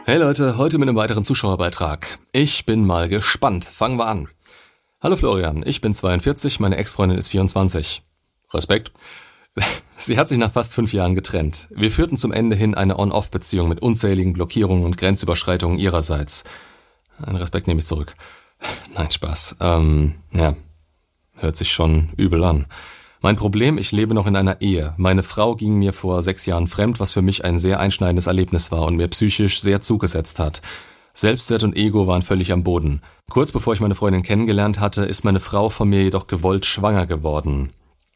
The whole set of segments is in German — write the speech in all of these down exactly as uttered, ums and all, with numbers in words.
Hey Leute, heute mit einem weiteren Zuschauerbeitrag. Ich bin mal gespannt. Fangen wir an. Hallo Florian, ich bin zweiundvierzig, meine Ex-Freundin ist vierundzwanzig. Respekt. Sie hat sich nach fast fünf Jahren getrennt. Wir führten zum Ende hin eine On-Off-Beziehung mit unzähligen Blockierungen und Grenzüberschreitungen ihrerseits. Einen Respekt nehme ich zurück. Nein, Spaß. Ähm, ja, hört sich schon übel an. Mein Problem, ich lebe noch in einer Ehe. Meine Frau ging mir vor sechs Jahren fremd, was für mich ein sehr einschneidendes Erlebnis war und mir psychisch sehr zugesetzt hat. Selbstwert und Ego waren völlig am Boden. Kurz bevor ich meine Freundin kennengelernt hatte, ist meine Frau von mir jedoch gewollt schwanger geworden.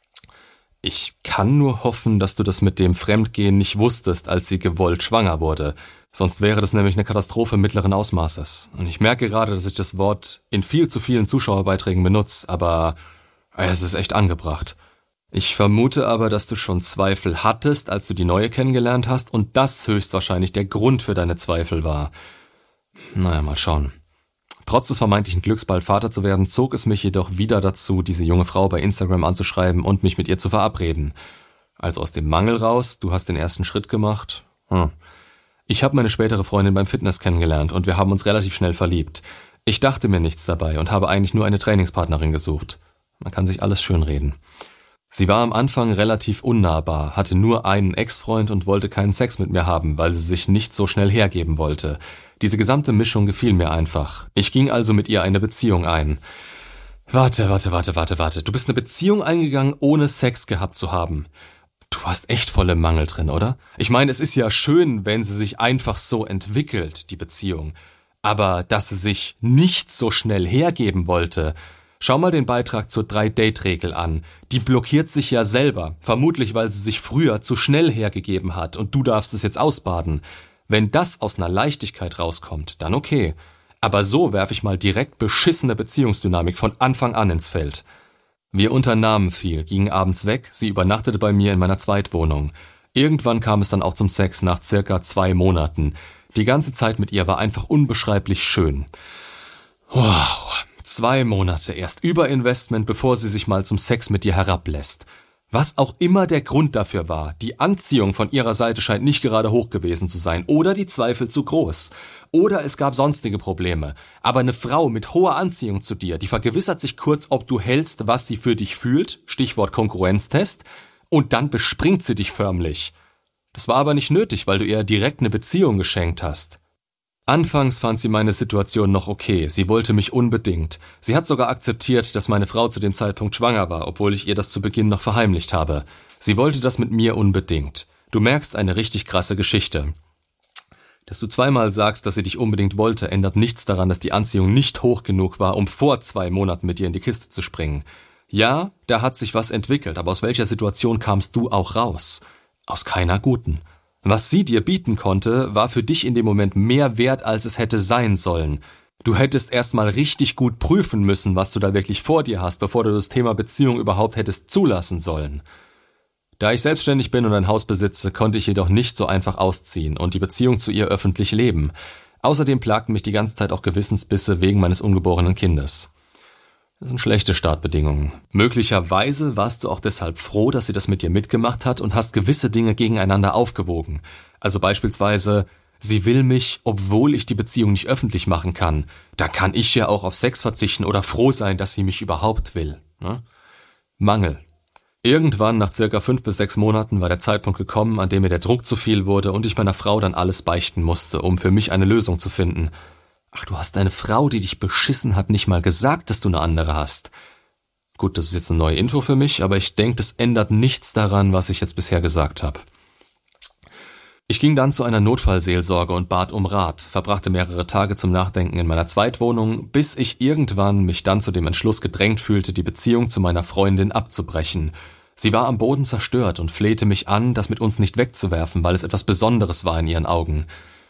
Ich kann nur hoffen, dass du das mit dem Fremdgehen nicht wusstest, als sie gewollt schwanger wurde. Sonst wäre das nämlich eine Katastrophe mittleren Ausmaßes. Und ich merke gerade, dass ich das Wort in viel zu vielen Zuschauerbeiträgen benutze, aber es ist echt angebracht. Ich vermute aber, dass du schon Zweifel hattest, als du die neue kennengelernt hast und das höchstwahrscheinlich der Grund für deine Zweifel war. Naja, mal schauen. Trotz des vermeintlichen Glücks, bald Vater zu werden, zog es mich jedoch wieder dazu, diese junge Frau bei Instagram anzuschreiben und mich mit ihr zu verabreden. Also aus dem Mangel raus, du hast den ersten Schritt gemacht. Hm. Ich habe meine spätere Freundin beim Fitness kennengelernt und wir haben uns relativ schnell verliebt. Ich dachte mir nichts dabei und habe eigentlich nur eine Trainingspartnerin gesucht. Man kann sich alles schönreden. Sie war am Anfang relativ unnahbar, hatte nur einen Ex-Freund und wollte keinen Sex mit mir haben, weil sie sich nicht so schnell hergeben wollte. Diese gesamte Mischung gefiel mir einfach. Ich ging also mit ihr eine Beziehung ein. Warte, warte, warte, warte, warte. Du bist eine Beziehung eingegangen, ohne Sex gehabt zu haben. Du warst echt voll im Mangel drin, oder? Ich meine, es ist ja schön, wenn sie sich einfach so entwickelt, die Beziehung. Aber dass sie sich nicht so schnell hergeben wollte... Schau mal den Beitrag zur drei Date Regel an. Die blockiert sich ja selber, vermutlich weil sie sich früher zu schnell hergegeben hat und du darfst es jetzt ausbaden. Wenn das aus einer Leichtigkeit rauskommt, dann okay. Aber so werfe ich mal direkt beschissene Beziehungsdynamik von Anfang an ins Feld. Wir unternahmen viel, gingen abends weg, sie übernachtete bei mir in meiner Zweitwohnung. Irgendwann kam es dann auch zum Sex nach circa zwei Monaten. Die ganze Zeit mit ihr war einfach unbeschreiblich schön. Wow. Zwei Monate erst Überinvestment, bevor sie sich mal zum Sex mit dir herablässt. Was auch immer der Grund dafür war, die Anziehung von ihrer Seite scheint nicht gerade hoch gewesen zu sein oder die Zweifel zu groß. Oder es gab sonstige Probleme. Aber eine Frau mit hoher Anziehung zu dir, die vergewissert sich kurz, ob du hältst, was sie für dich fühlt, Stichwort Konkurrenztest, und dann bespringt sie dich förmlich. Das war aber nicht nötig, weil du ihr direkt eine Beziehung geschenkt hast. Anfangs fand sie meine Situation noch okay, sie wollte mich unbedingt. Sie hat sogar akzeptiert, dass meine Frau zu dem Zeitpunkt schwanger war, obwohl ich ihr das zu Beginn noch verheimlicht habe. Sie wollte das mit mir unbedingt. Du merkst, eine richtig krasse Geschichte. Dass du zweimal sagst, dass sie dich unbedingt wollte, ändert nichts daran, dass die Anziehung nicht hoch genug war, um vor zwei Monaten mit dir in die Kiste zu springen. Ja, da hat sich was entwickelt, aber aus welcher Situation kamst du auch raus? Aus keiner guten. Was sie dir bieten konnte, war für dich in dem Moment mehr wert, als es hätte sein sollen. Du hättest erstmal richtig gut prüfen müssen, was du da wirklich vor dir hast, bevor du das Thema Beziehung überhaupt hättest zulassen sollen. Da ich selbstständig bin und ein Haus besitze, konnte ich jedoch nicht so einfach ausziehen und die Beziehung zu ihr öffentlich leben. Außerdem plagten mich die ganze Zeit auch Gewissensbisse wegen meines ungeborenen Kindes. Das sind schlechte Startbedingungen. Möglicherweise warst du auch deshalb froh, dass sie das mit dir mitgemacht hat und hast gewisse Dinge gegeneinander aufgewogen. Also beispielsweise, sie will mich, obwohl ich die Beziehung nicht öffentlich machen kann. Da kann ich ja auch auf Sex verzichten oder froh sein, dass sie mich überhaupt will. Ne? Mangel. Irgendwann nach circa fünf bis sechs Monaten war der Zeitpunkt gekommen, an dem mir der Druck zu viel wurde und ich meiner Frau dann alles beichten musste, um für mich eine Lösung zu finden. Ach, du hast deine Frau, die dich beschissen hat, nicht mal gesagt, dass du eine andere hast. Gut, das ist jetzt eine neue Info für mich, aber ich denke, das ändert nichts daran, was ich jetzt bisher gesagt habe. Ich ging dann zu einer Notfallseelsorge und bat um Rat, verbrachte mehrere Tage zum Nachdenken in meiner Zweitwohnung, bis ich irgendwann mich dann zu dem Entschluss gedrängt fühlte, die Beziehung zu meiner Freundin abzubrechen. Sie war am Boden zerstört und flehte mich an, das mit uns nicht wegzuwerfen, weil es etwas Besonderes war in ihren Augen.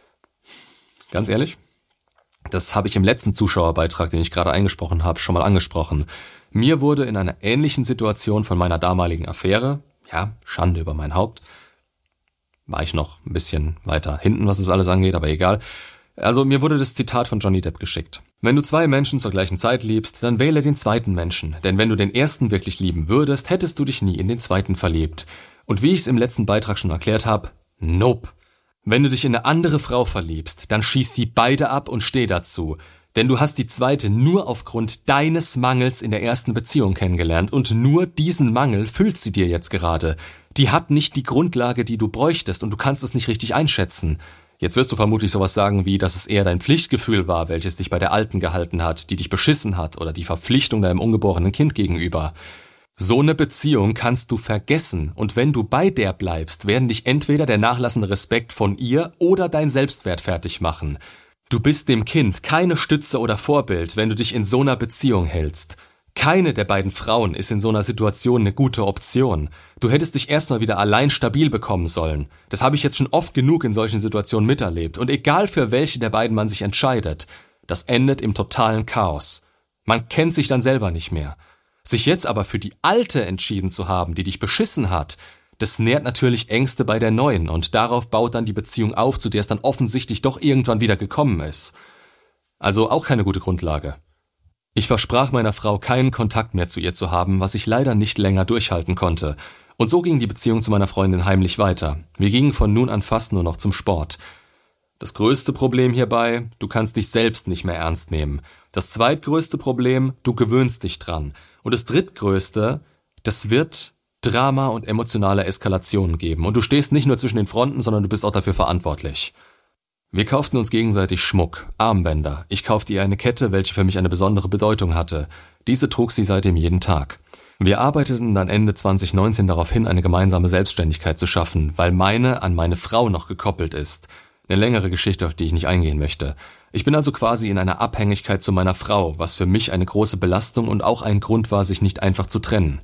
Ganz ehrlich? Das habe ich im letzten Zuschauerbeitrag, den ich gerade eingesprochen habe, schon mal angesprochen. Mir wurde in einer ähnlichen Situation von meiner damaligen Affäre, ja, Schande über mein Haupt, war ich noch ein bisschen weiter hinten, was es alles angeht, aber egal. Also mir wurde das Zitat von Johnny Depp geschickt. Wenn du zwei Menschen zur gleichen Zeit liebst, dann wähle den zweiten Menschen. Denn wenn du den ersten wirklich lieben würdest, hättest du dich nie in den zweiten verliebt. Und wie ich es im letzten Beitrag schon erklärt habe, nope. Wenn du dich in eine andere Frau verliebst, dann schieß sie beide ab und steh dazu. Denn du hast die zweite nur aufgrund deines Mangels in der ersten Beziehung kennengelernt und nur diesen Mangel füllt sie dir jetzt gerade. Die hat nicht die Grundlage, die du bräuchtest und du kannst es nicht richtig einschätzen. Jetzt wirst du vermutlich sowas sagen wie, dass es eher dein Pflichtgefühl war, welches dich bei der Alten gehalten hat, die dich beschissen hat oder die Verpflichtung deinem ungeborenen Kind gegenüber. So eine Beziehung kannst du vergessen und wenn du bei der bleibst, werden dich entweder der nachlassende Respekt von ihr oder dein Selbstwert fertig machen. Du bist dem Kind keine Stütze oder Vorbild, wenn du dich in so einer Beziehung hältst. Keine der beiden Frauen ist in so einer Situation eine gute Option. Du hättest dich erstmal wieder allein stabil bekommen sollen. Das habe ich jetzt schon oft genug in solchen Situationen miterlebt. Und egal für welche der beiden man sich entscheidet, das endet im totalen Chaos. Man kennt sich dann selber nicht mehr. Sich jetzt aber für die Alte entschieden zu haben, die dich beschissen hat, das nährt natürlich Ängste bei der Neuen und darauf baut dann die Beziehung auf, zu der es dann offensichtlich doch irgendwann wieder gekommen ist. Also auch keine gute Grundlage. Ich versprach meiner Frau, keinen Kontakt mehr zu ihr zu haben, was ich leider nicht länger durchhalten konnte. Und so ging die Beziehung zu meiner Freundin heimlich weiter. Wir gingen von nun an fast nur noch zum Sport. Das größte Problem hierbei, du kannst dich selbst nicht mehr ernst nehmen. Das zweitgrößte Problem, du gewöhnst dich dran. Und das drittgrößte, das wird Drama und emotionale Eskalationen geben. Und du stehst nicht nur zwischen den Fronten, sondern du bist auch dafür verantwortlich. Wir kauften uns gegenseitig Schmuck, Armbänder. Ich kaufte ihr eine Kette, welche für mich eine besondere Bedeutung hatte. Diese trug sie seitdem jeden Tag. Wir arbeiteten dann Ende zwanzig neunzehn darauf hin, eine gemeinsame Selbstständigkeit zu schaffen, weil meine an meine Frau noch gekoppelt ist. Eine längere Geschichte, auf die ich nicht eingehen möchte. Ich bin also quasi in einer Abhängigkeit zu meiner Frau, was für mich eine große Belastung und auch ein Grund war, sich nicht einfach zu trennen.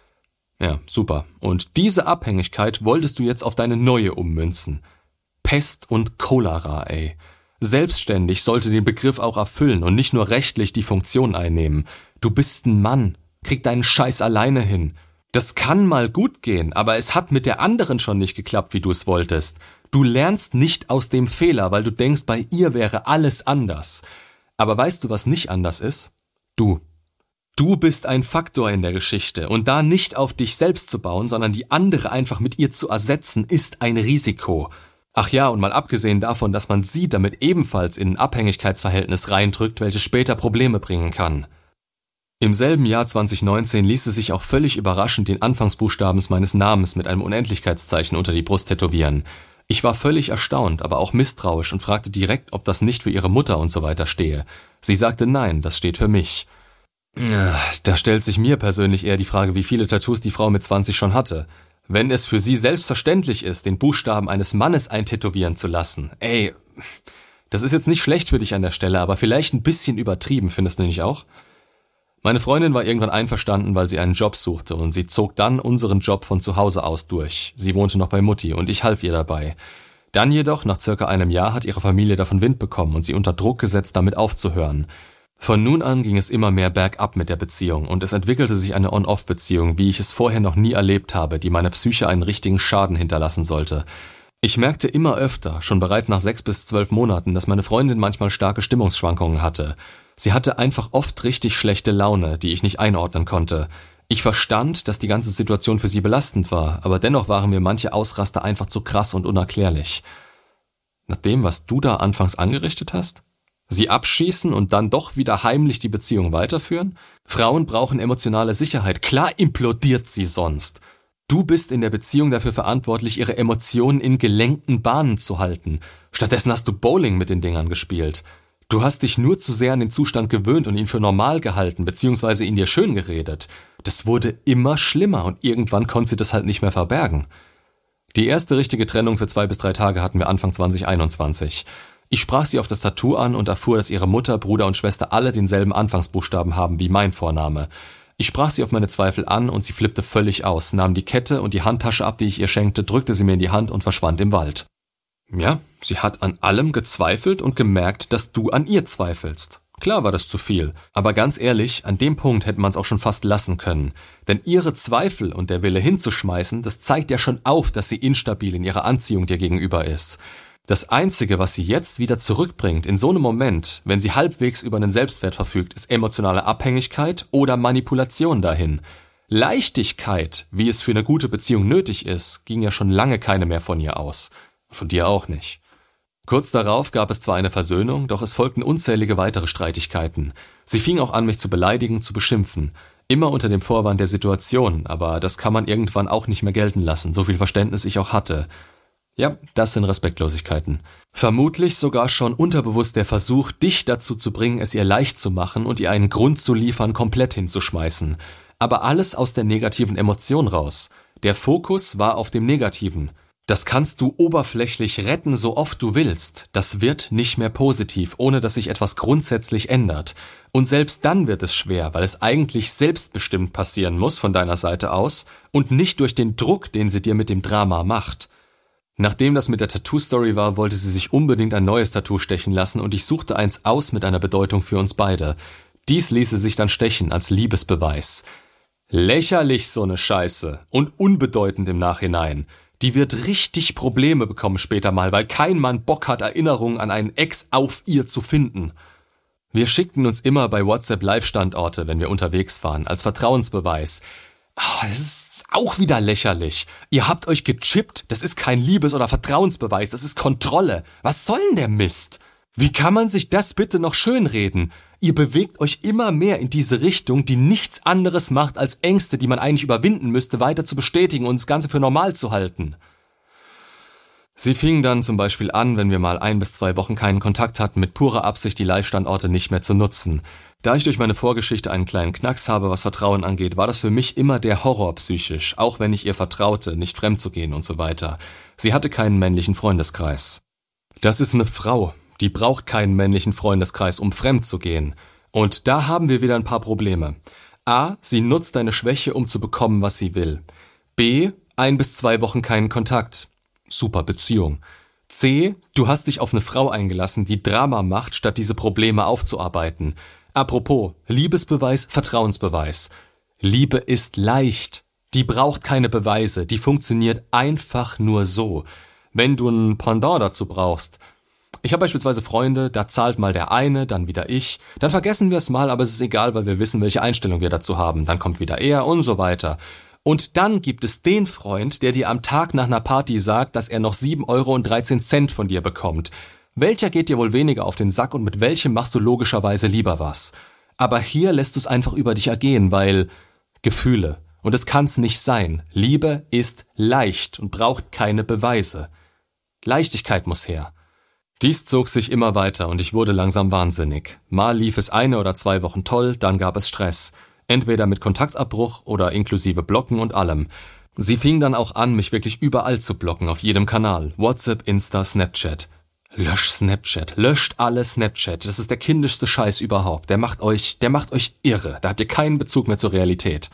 Ja, super. Und diese Abhängigkeit wolltest du jetzt auf deine neue ummünzen. Pest und Cholera, ey. Selbstständig sollte den Begriff auch erfüllen und nicht nur rechtlich die Funktion einnehmen. Du bist ein Mann. Krieg deinen Scheiß alleine hin. Das kann mal gut gehen, aber es hat mit der anderen schon nicht geklappt, wie du es wolltest. Du lernst nicht aus dem Fehler, weil du denkst, bei ihr wäre alles anders. Aber weißt du, was nicht anders ist? Du. Du bist ein Faktor in der Geschichte und da nicht auf dich selbst zu bauen, sondern die andere einfach mit ihr zu ersetzen, ist ein Risiko. Ach ja, und mal abgesehen davon, dass man sie damit ebenfalls in ein Abhängigkeitsverhältnis reindrückt, welches später Probleme bringen kann. Im selben Jahr zwanzig neunzehn ließ es sich auch völlig überraschend den Anfangsbuchstabens meines Namens mit einem Unendlichkeitszeichen unter die Brust tätowieren. Ich war völlig erstaunt, aber auch misstrauisch und fragte direkt, ob das nicht für ihre Mutter und so weiter stehe. Sie sagte nein, das steht für mich. Da stellt sich mir persönlich eher die Frage, wie viele Tattoos die Frau mit zwanzig schon hatte. Wenn es für sie selbstverständlich ist, den Buchstaben eines Mannes eintätowieren zu lassen. Ey, das ist jetzt nicht schlecht für dich an der Stelle, aber vielleicht ein bisschen übertrieben, findest du nicht auch? Meine Freundin war irgendwann einverstanden, weil sie einen Job suchte und sie zog dann unseren Job von zu Hause aus durch. Sie wohnte noch bei Mutti und ich half ihr dabei. Dann jedoch, nach circa einem Jahr, hat ihre Familie davon Wind bekommen und sie unter Druck gesetzt, damit aufzuhören. Von nun an ging es immer mehr bergab mit der Beziehung und es entwickelte sich eine On-Off-Beziehung, wie ich es vorher noch nie erlebt habe, die meiner Psyche einen richtigen Schaden hinterlassen sollte. Ich merkte immer öfter, schon bereits nach sechs bis zwölf Monaten, dass meine Freundin manchmal starke Stimmungsschwankungen hatte. Sie hatte einfach oft richtig schlechte Laune, die ich nicht einordnen konnte. Ich verstand, dass die ganze Situation für sie belastend war, aber dennoch waren mir manche Ausraster einfach zu krass und unerklärlich. Nach dem, was du da anfangs angerichtet hast? Sie abschießen und dann doch wieder heimlich die Beziehung weiterführen? Frauen brauchen emotionale Sicherheit. Klar implodiert sie sonst. Du bist in der Beziehung dafür verantwortlich, ihre Emotionen in gelenkten Bahnen zu halten. Stattdessen hast du Bowling mit den Dingern gespielt. Du hast dich nur zu sehr an den Zustand gewöhnt und ihn für normal gehalten, beziehungsweise ihn dir schön geredet. Das wurde immer schlimmer und irgendwann konnte sie das halt nicht mehr verbergen. Die erste richtige Trennung für zwei bis drei Tage hatten wir Anfang zwanzig einundzwanzig. Ich sprach sie auf das Tattoo an und erfuhr, dass ihre Mutter, Bruder und Schwester alle denselben Anfangsbuchstaben haben wie mein Vorname. Ich sprach sie auf meine Zweifel an und sie flippte völlig aus, nahm die Kette und die Handtasche ab, die ich ihr schenkte, drückte sie mir in die Hand und verschwand im Wald. Ja, sie hat an allem gezweifelt und gemerkt, dass du an ihr zweifelst. Klar war das zu viel, aber ganz ehrlich, an dem Punkt hätte man es auch schon fast lassen können. Denn ihre Zweifel und der Wille hinzuschmeißen, das zeigt ja schon auf, dass sie instabil in ihrer Anziehung dir gegenüber ist. Das Einzige, was sie jetzt wieder zurückbringt in so einem Moment, wenn sie halbwegs über einen Selbstwert verfügt, ist emotionale Abhängigkeit oder Manipulation dahin. Leichtigkeit, wie es für eine gute Beziehung nötig ist, ging ja schon lange keine mehr von ihr aus. Von dir auch nicht. Kurz darauf gab es zwar eine Versöhnung, doch es folgten unzählige weitere Streitigkeiten. Sie fing auch an, mich zu beleidigen, zu beschimpfen. Immer unter dem Vorwand der Situation, aber das kann man irgendwann auch nicht mehr gelten lassen, so viel Verständnis ich auch hatte. Ja, das sind Respektlosigkeiten. Vermutlich sogar schon unterbewusst der Versuch, dich dazu zu bringen, es ihr leicht zu machen und ihr einen Grund zu liefern, komplett hinzuschmeißen. Aber alles aus der negativen Emotion raus. Der Fokus war auf dem Negativen. Das kannst du oberflächlich retten, so oft du willst. Das wird nicht mehr positiv, ohne dass sich etwas grundsätzlich ändert. Und selbst dann wird es schwer, weil es eigentlich selbstbestimmt passieren muss von deiner Seite aus und nicht durch den Druck, den sie dir mit dem Drama macht. Nachdem das mit der Tattoo-Story war, wollte sie sich unbedingt ein neues Tattoo stechen lassen und ich suchte eins aus mit einer Bedeutung für uns beide. Dies ließe sich dann stechen als Liebesbeweis. Lächerlich so eine Scheiße und unbedeutend im Nachhinein. Die wird richtig Probleme bekommen später mal, weil kein Mann Bock hat, Erinnerungen an einen Ex auf ihr zu finden. Wir schickten uns immer bei WhatsApp Live-Standorte, wenn wir unterwegs waren, als Vertrauensbeweis. Oh, das ist auch wieder lächerlich. Ihr habt euch gechippt, das ist kein Liebes- oder Vertrauensbeweis, das ist Kontrolle. Was soll denn der Mist? Wie kann man sich das bitte noch schönreden? Ihr bewegt euch immer mehr in diese Richtung, die nichts anderes macht, als Ängste, die man eigentlich überwinden müsste, weiter zu bestätigen und das Ganze für normal zu halten. Sie fingen dann zum Beispiel an, wenn wir mal ein bis zwei Wochen keinen Kontakt hatten, mit purer Absicht die Live-Standorte nicht mehr zu nutzen. Da ich durch meine Vorgeschichte einen kleinen Knacks habe, was Vertrauen angeht, war das für mich immer der Horror psychisch, auch wenn ich ihr vertraute, nicht fremd zu gehen und so weiter. Sie hatte keinen männlichen Freundeskreis. Das ist eine Frau, die braucht keinen männlichen Freundeskreis, um fremd zu gehen. Und da haben wir wieder ein paar Probleme. A, sie nutzt deine Schwäche, um zu bekommen, was sie will. B, ein bis zwei Wochen keinen Kontakt. Super Beziehung. C, du hast dich auf eine Frau eingelassen, die Drama macht, statt diese Probleme aufzuarbeiten. Apropos, Liebesbeweis, Vertrauensbeweis. Liebe ist leicht. Die braucht keine Beweise, die funktioniert einfach nur so. Wenn du ein Pendant dazu brauchst. Ich habe beispielsweise Freunde, da zahlt mal der eine, dann wieder ich. Dann vergessen wir es mal, aber es ist egal, weil wir wissen, welche Einstellung wir dazu haben. Dann kommt wieder er und so weiter. Und dann gibt es den Freund, der dir am Tag nach einer Party sagt, dass er noch sieben Euro und dreizehn Cent von dir bekommt. Welcher geht dir wohl weniger auf den Sack und mit welchem machst du logischerweise lieber was? Aber hier lässt du es einfach über dich ergehen, weil Gefühle. Und es kann's nicht sein. Liebe ist leicht und braucht keine Beweise. Leichtigkeit muss her. Dies zog sich immer weiter und ich wurde langsam wahnsinnig. Mal lief es eine oder zwei Wochen toll, dann gab es Stress. Entweder mit Kontaktabbruch oder inklusive Blocken und allem. Sie fing dann auch an, mich wirklich überall zu blocken, auf jedem Kanal. WhatsApp, Insta, Snapchat. Lösch Snapchat, löscht alle Snapchat. Das ist der kindischste Scheiß überhaupt. Der macht euch, der macht euch irre. Da habt ihr keinen Bezug mehr zur Realität.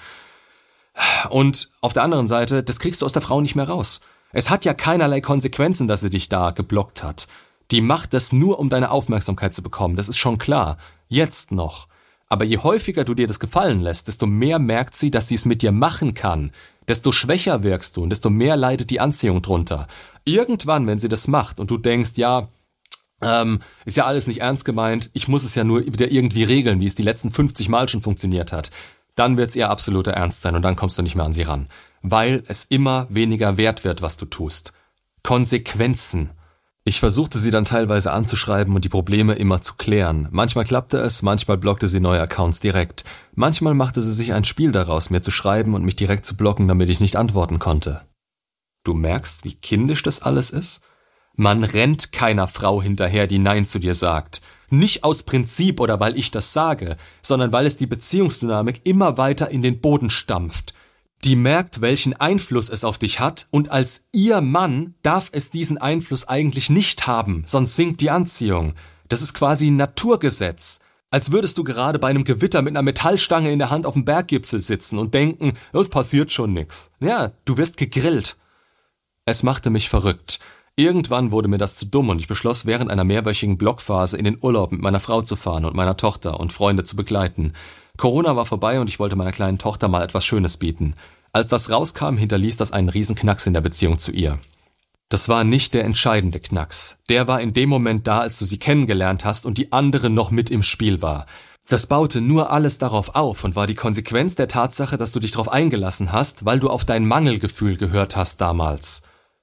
Und auf der anderen Seite, das kriegst du aus der Frau nicht mehr raus. Es hat ja keinerlei Konsequenzen, dass sie dich da geblockt hat. Die macht das nur, um deine Aufmerksamkeit zu bekommen. Das ist schon klar. Jetzt noch. Aber je häufiger du dir das gefallen lässt, desto mehr merkt sie, dass sie es mit dir machen kann. Desto schwächer wirkst du und desto mehr leidet die Anziehung drunter. Irgendwann, wenn sie das macht und du denkst, ja, ähm, ist ja alles nicht ernst gemeint, ich muss es ja nur wieder irgendwie regeln, wie es die letzten fünfzig Mal schon funktioniert hat, dann wird's ihr absoluter Ernst sein und dann kommst du nicht mehr an sie ran. Weil es immer weniger wert wird, was du tust. Konsequenzen. Ich versuchte sie dann teilweise anzuschreiben und die Probleme immer zu klären. Manchmal klappte es, manchmal blockte sie neue Accounts direkt. Manchmal machte sie sich ein Spiel daraus, mir zu schreiben und mich direkt zu blocken, damit ich nicht antworten konnte. Du merkst, wie kindisch das alles ist? Man rennt keiner Frau hinterher, die Nein zu dir sagt. Nicht aus Prinzip oder weil ich das sage, sondern weil es die Beziehungsdynamik immer weiter in den Boden stampft. Die merkt, welchen Einfluss es auf dich hat und als ihr Mann darf es diesen Einfluss eigentlich nicht haben, sonst sinkt die Anziehung. Das ist quasi ein Naturgesetz. Als würdest du gerade bei einem Gewitter mit einer Metallstange in der Hand auf dem Berggipfel sitzen und denken, es passiert schon nix. Ja, du wirst gegrillt. Es machte mich verrückt. Irgendwann wurde mir das zu dumm und ich beschloss, während einer mehrwöchigen Blockphase in den Urlaub mit meiner Frau zu fahren und meiner Tochter und Freunde zu begleiten. Corona war vorbei und ich wollte meiner kleinen Tochter mal etwas Schönes bieten. Als das rauskam, hinterließ das einen riesen Knacks in der Beziehung zu ihr. Das war nicht der entscheidende Knacks. Der war in dem Moment da, als du sie kennengelernt hast und die andere noch mit im Spiel war. Das baute nur alles darauf auf und war die Konsequenz der Tatsache, dass du dich darauf eingelassen hast, weil du auf dein Mangelgefühl gehört hast damals.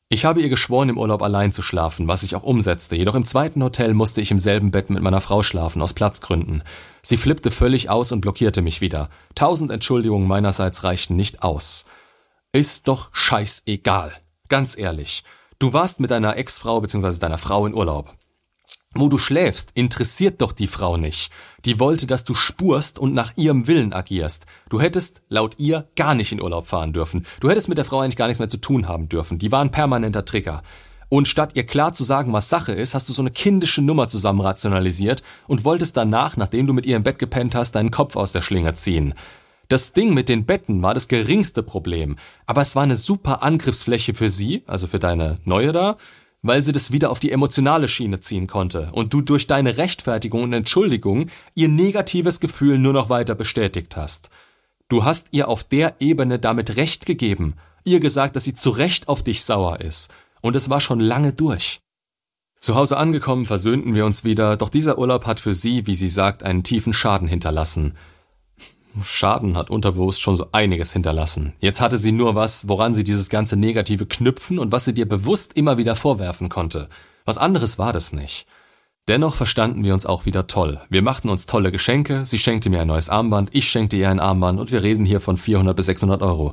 Ich habe ihr geschworen, im Urlaub allein zu schlafen, was ich auch umsetzte, jedoch im zweiten Hotel musste ich im selben Bett mit meiner Frau schlafen, aus Platzgründen. Sie flippte völlig aus und blockierte mich wieder. Tausend Entschuldigungen meinerseits reichten nicht aus. Ist doch scheißegal. Ganz ehrlich. Du warst mit deiner Ex-Frau bzw. deiner Frau in Urlaub. Wo du schläfst, interessiert doch die Frau nicht. Die wollte, dass du spurst und nach ihrem Willen agierst. Du hättest laut ihr gar nicht in Urlaub fahren dürfen. Du hättest mit der Frau eigentlich gar nichts mehr zu tun haben dürfen. Die war ein permanenter Trigger. Und statt ihr klar zu sagen, was Sache ist, hast du so eine kindische Nummer zusammen rationalisiert und wolltest danach, nachdem du mit ihr im Bett gepennt hast, deinen Kopf aus der Schlinge ziehen. Das Ding mit den Betten war das geringste Problem, aber es war eine super Angriffsfläche für sie, also für deine Neue da, weil sie das wieder auf die emotionale Schiene ziehen konnte und du durch deine Rechtfertigung und Entschuldigung ihr negatives Gefühl nur noch weiter bestätigt hast. Du hast ihr auf der Ebene damit Recht gegeben, ihr gesagt, dass sie zu Recht auf dich sauer ist, und es war schon lange durch. Zu Hause angekommen, versöhnten wir uns wieder, doch dieser Urlaub hat für sie, wie sie sagt, einen tiefen Schaden hinterlassen. Schaden hat unterbewusst schon so einiges hinterlassen. Jetzt hatte sie nur was, woran sie dieses ganze Negative knüpfen und was sie dir bewusst immer wieder vorwerfen konnte. Was anderes war das nicht. Dennoch verstanden wir uns auch wieder toll. Wir machten uns tolle Geschenke, sie schenkte mir ein neues Armband, ich schenkte ihr ein Armband und wir reden hier von vierhundert bis sechshundert Euro.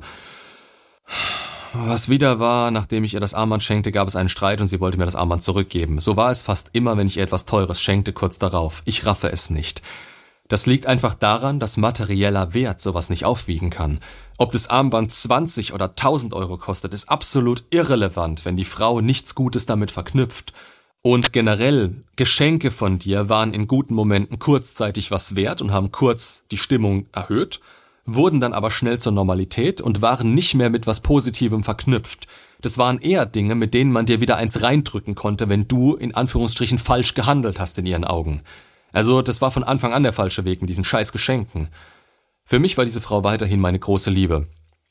Was wieder war, nachdem ich ihr das Armband schenkte, gab es einen Streit und sie wollte mir das Armband zurückgeben. So war es fast immer, wenn ich ihr etwas Teures schenkte, kurz darauf. Ich raffe es nicht. Das liegt einfach daran, dass materieller Wert sowas nicht aufwiegen kann. Ob das Armband zwanzig oder tausend Euro kostet, ist absolut irrelevant, wenn die Frau nichts Gutes damit verknüpft. Und generell, Geschenke von dir waren in guten Momenten kurzzeitig was wert und haben kurz die Stimmung erhöht, wurden dann aber schnell zur Normalität und waren nicht mehr mit was Positivem verknüpft. Das waren eher Dinge, mit denen man dir wieder eins reindrücken konnte, wenn du in Anführungsstrichen falsch gehandelt hast in ihren Augen. Also das war von Anfang an der falsche Weg mit diesen scheiß Geschenken. Für mich war diese Frau weiterhin meine große Liebe.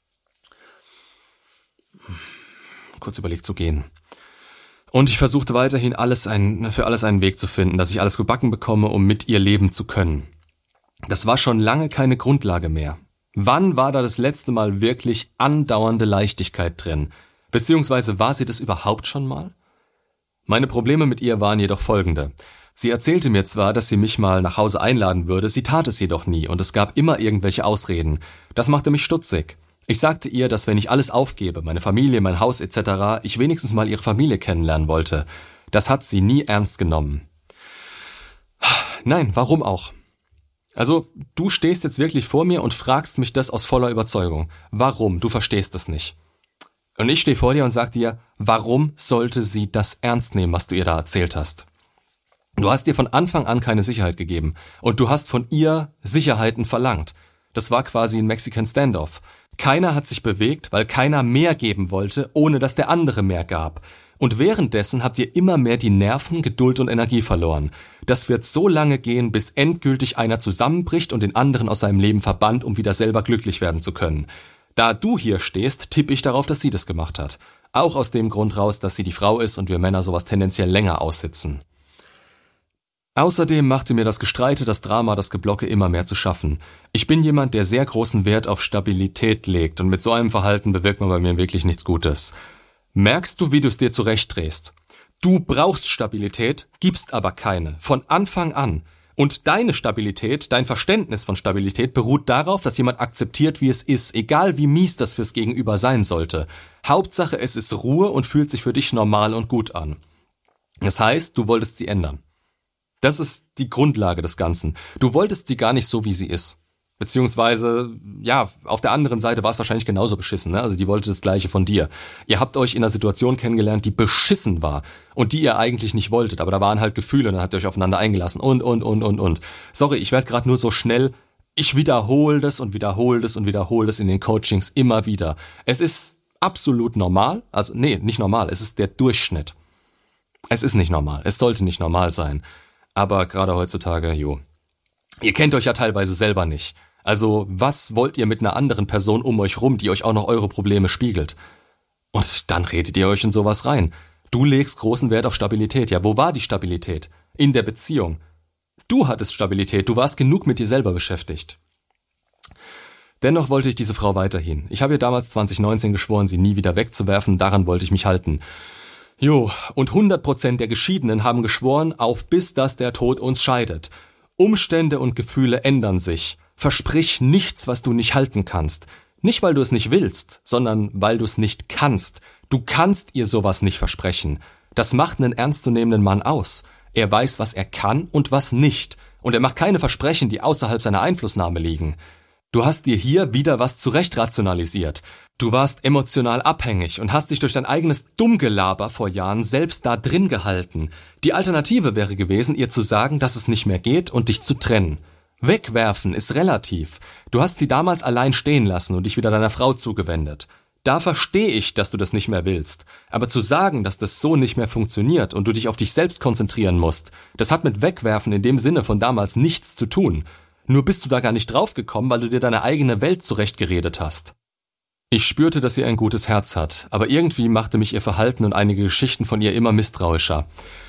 Kurz überlegt zu gehen. Und ich versuchte weiterhin alles ein, für alles einen Weg zu finden, dass ich alles gebacken bekomme, um mit ihr leben zu können. Das war schon lange keine Grundlage mehr. Wann war da das letzte Mal wirklich andauernde Leichtigkeit drin? Beziehungsweise war sie das überhaupt schon mal? Meine Probleme mit ihr waren jedoch folgende. Sie erzählte mir zwar, dass sie mich mal nach Hause einladen würde, sie tat es jedoch nie und es gab immer irgendwelche Ausreden. Das machte mich stutzig. Ich sagte ihr, dass wenn ich alles aufgebe, meine Familie, mein Haus et cetera, ich wenigstens mal ihre Familie kennenlernen wollte. Das hat sie nie ernst genommen. Nein, warum auch? Also, du stehst jetzt wirklich vor mir und fragst mich das aus voller Überzeugung. Warum? Du verstehst es nicht. Und ich stehe vor dir und sag dir, warum sollte sie das ernst nehmen, was du ihr da erzählt hast? Du hast ihr von Anfang an keine Sicherheit gegeben und du hast von ihr Sicherheiten verlangt. Das war quasi ein Mexican Standoff. Keiner hat sich bewegt, weil keiner mehr geben wollte, ohne dass der andere mehr gab. Und währenddessen habt ihr immer mehr die Nerven, Geduld und Energie verloren. Das wird so lange gehen, bis endgültig einer zusammenbricht und den anderen aus seinem Leben verbannt, um wieder selber glücklich werden zu können. Da du hier stehst, tippe ich darauf, dass sie das gemacht hat. Auch aus dem Grund raus, dass sie die Frau ist und wir Männer sowas tendenziell länger aussitzen. Außerdem machte mir das Gestreite, das Drama, das Geblocke immer mehr zu schaffen. Ich bin jemand, der sehr großen Wert auf Stabilität legt und mit so einem Verhalten bewirkt man bei mir wirklich nichts Gutes. Merkst du, wie du es dir zurechtdrehst? Du brauchst Stabilität, gibst aber keine. Von Anfang an. Und deine Stabilität, dein Verständnis von Stabilität beruht darauf, dass jemand akzeptiert, wie es ist, egal wie mies das fürs Gegenüber sein sollte. Hauptsache, es ist Ruhe und fühlt sich für dich normal und gut an. Das heißt, du wolltest sie ändern. Das ist die Grundlage des Ganzen. Du wolltest sie gar nicht so, wie sie ist. Beziehungsweise, ja, auf der anderen Seite war es wahrscheinlich genauso beschissen, ne? Also die wollte das Gleiche von dir. Ihr habt euch in einer Situation kennengelernt, die beschissen war und die ihr eigentlich nicht wolltet, aber da waren halt Gefühle und dann habt ihr euch aufeinander eingelassen und, und, und, und, und. Sorry, ich werde gerade nur so schnell, ich wiederhole das und wiederhole das und wiederhole das in den Coachings immer wieder. Es ist absolut normal, also nee, nicht normal, es ist der Durchschnitt. Es ist nicht normal, es sollte nicht normal sein. Aber gerade heutzutage, jo. Ihr kennt euch ja teilweise selber nicht. Also was wollt ihr mit einer anderen Person um euch rum, die euch auch noch eure Probleme spiegelt? Und dann redet ihr euch in sowas rein. Du legst großen Wert auf Stabilität. Ja, wo war die Stabilität? In der Beziehung. Du hattest Stabilität, du warst genug mit dir selber beschäftigt. Dennoch wollte ich diese Frau weiterhin. Ich habe ihr damals zwanzig neunzehn geschworen, sie nie wieder wegzuwerfen, daran wollte ich mich halten. Jo, und hundert Prozent der Geschiedenen haben geschworen, auf bis dass der Tod uns scheidet. Umstände und Gefühle ändern sich. Versprich nichts, was du nicht halten kannst. Nicht, weil du es nicht willst, sondern weil du es nicht kannst. Du kannst ihr sowas nicht versprechen. Das macht einen ernstzunehmenden Mann aus. Er weiß, was er kann und was nicht. Und er macht keine Versprechen, die außerhalb seiner Einflussnahme liegen. Du hast dir hier wieder was zurecht-rationalisiert. Du warst emotional abhängig und hast dich durch dein eigenes Dummgelaber vor Jahren selbst da drin gehalten. Die Alternative wäre gewesen, ihr zu sagen, dass es nicht mehr geht und dich zu trennen. Wegwerfen ist relativ. Du hast sie damals allein stehen lassen und dich wieder deiner Frau zugewendet. Da verstehe ich, dass du das nicht mehr willst. Aber zu sagen, dass das so nicht mehr funktioniert und du dich auf dich selbst konzentrieren musst, das hat mit Wegwerfen in dem Sinne von damals nichts zu tun. Nur bist du da gar nicht draufgekommen, weil du dir deine eigene Welt zurechtgeredet hast. Ich spürte, dass sie ein gutes Herz hat, aber irgendwie machte mich ihr Verhalten und einige Geschichten von ihr immer misstrauischer.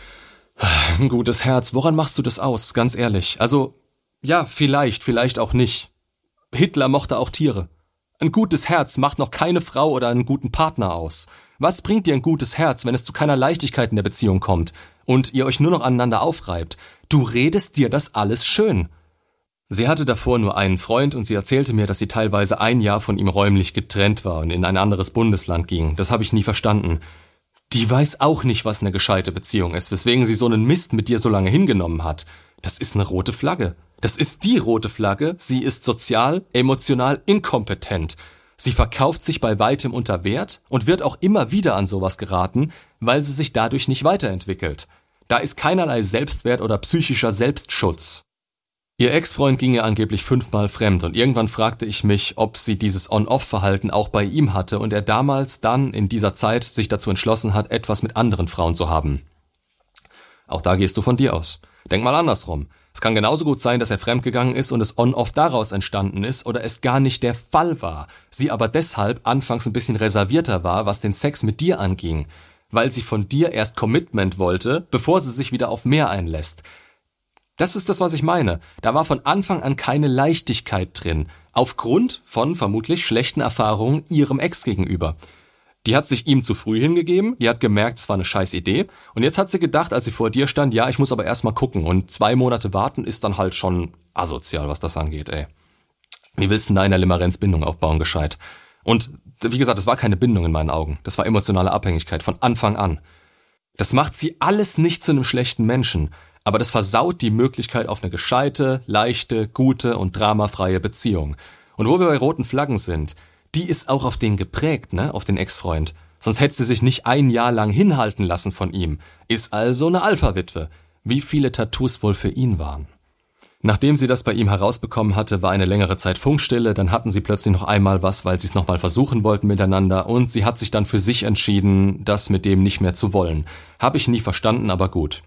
Ein gutes Herz, woran machst du das aus, ganz ehrlich? Also, ja, vielleicht, vielleicht auch nicht. Hitler mochte auch Tiere. Ein gutes Herz macht noch keine Frau oder einen guten Partner aus. Was bringt dir ein gutes Herz, wenn es zu keiner Leichtigkeit in der Beziehung kommt und ihr euch nur noch aneinander aufreibt? Du redest dir das alles schön. Sie hatte davor nur einen Freund und sie erzählte mir, dass sie teilweise ein Jahr von ihm räumlich getrennt war und in ein anderes Bundesland ging. Das habe ich nie verstanden. Die weiß auch nicht, was eine gescheite Beziehung ist, weswegen sie so einen Mist mit dir so lange hingenommen hat. Das ist eine rote Flagge. Das ist die rote Flagge. Sie ist sozial, emotional inkompetent. Sie verkauft sich bei weitem unter Wert und wird auch immer wieder an sowas geraten, weil sie sich dadurch nicht weiterentwickelt. Da ist keinerlei Selbstwert oder psychischer Selbstschutz. Ihr Ex-Freund ging ihr angeblich fünfmal fremd und irgendwann fragte ich mich, ob sie dieses On-Off-Verhalten auch bei ihm hatte und er damals dann in dieser Zeit sich dazu entschlossen hat, etwas mit anderen Frauen zu haben. Auch da gehst du von dir aus. Denk mal andersrum. Es kann genauso gut sein, dass er fremdgegangen ist und es On-Off daraus entstanden ist oder es gar nicht der Fall war, sie aber deshalb anfangs ein bisschen reservierter war, was den Sex mit dir anging, weil sie von dir erst Commitment wollte, bevor sie sich wieder auf mehr einlässt. Das ist das, was ich meine. Da war von Anfang an keine Leichtigkeit drin, aufgrund von vermutlich schlechten Erfahrungen ihrem Ex gegenüber. Die hat sich ihm zu früh hingegeben, die hat gemerkt, es war eine scheiß Idee und jetzt hat sie gedacht, als sie vor dir stand, ja, ich muss aber erstmal gucken und zwei Monate warten ist dann halt schon asozial, was das angeht, ey. Wie willst du denn da in der Limerenz Bindung aufbauen, gescheit? Und wie gesagt, das war keine Bindung in meinen Augen, das war emotionale Abhängigkeit von Anfang an. Das macht sie alles nicht zu einem schlechten Menschen, aber das versaut die Möglichkeit auf eine gescheite, leichte, gute und dramafreie Beziehung. Und wo wir bei roten Flaggen sind, die ist auch auf den geprägt, ne, auf den Ex-Freund. Sonst hätte sie sich nicht ein Jahr lang hinhalten lassen von ihm. Ist also eine Alpha-Witwe. Wie viele Tattoos wohl für ihn waren. Nachdem sie das bei ihm herausbekommen hatte, war eine längere Zeit Funkstille, dann hatten sie plötzlich noch einmal was, weil sie es nochmal versuchen wollten miteinander und sie hat sich dann für sich entschieden, das mit dem nicht mehr zu wollen. Habe ich nie verstanden, aber gut.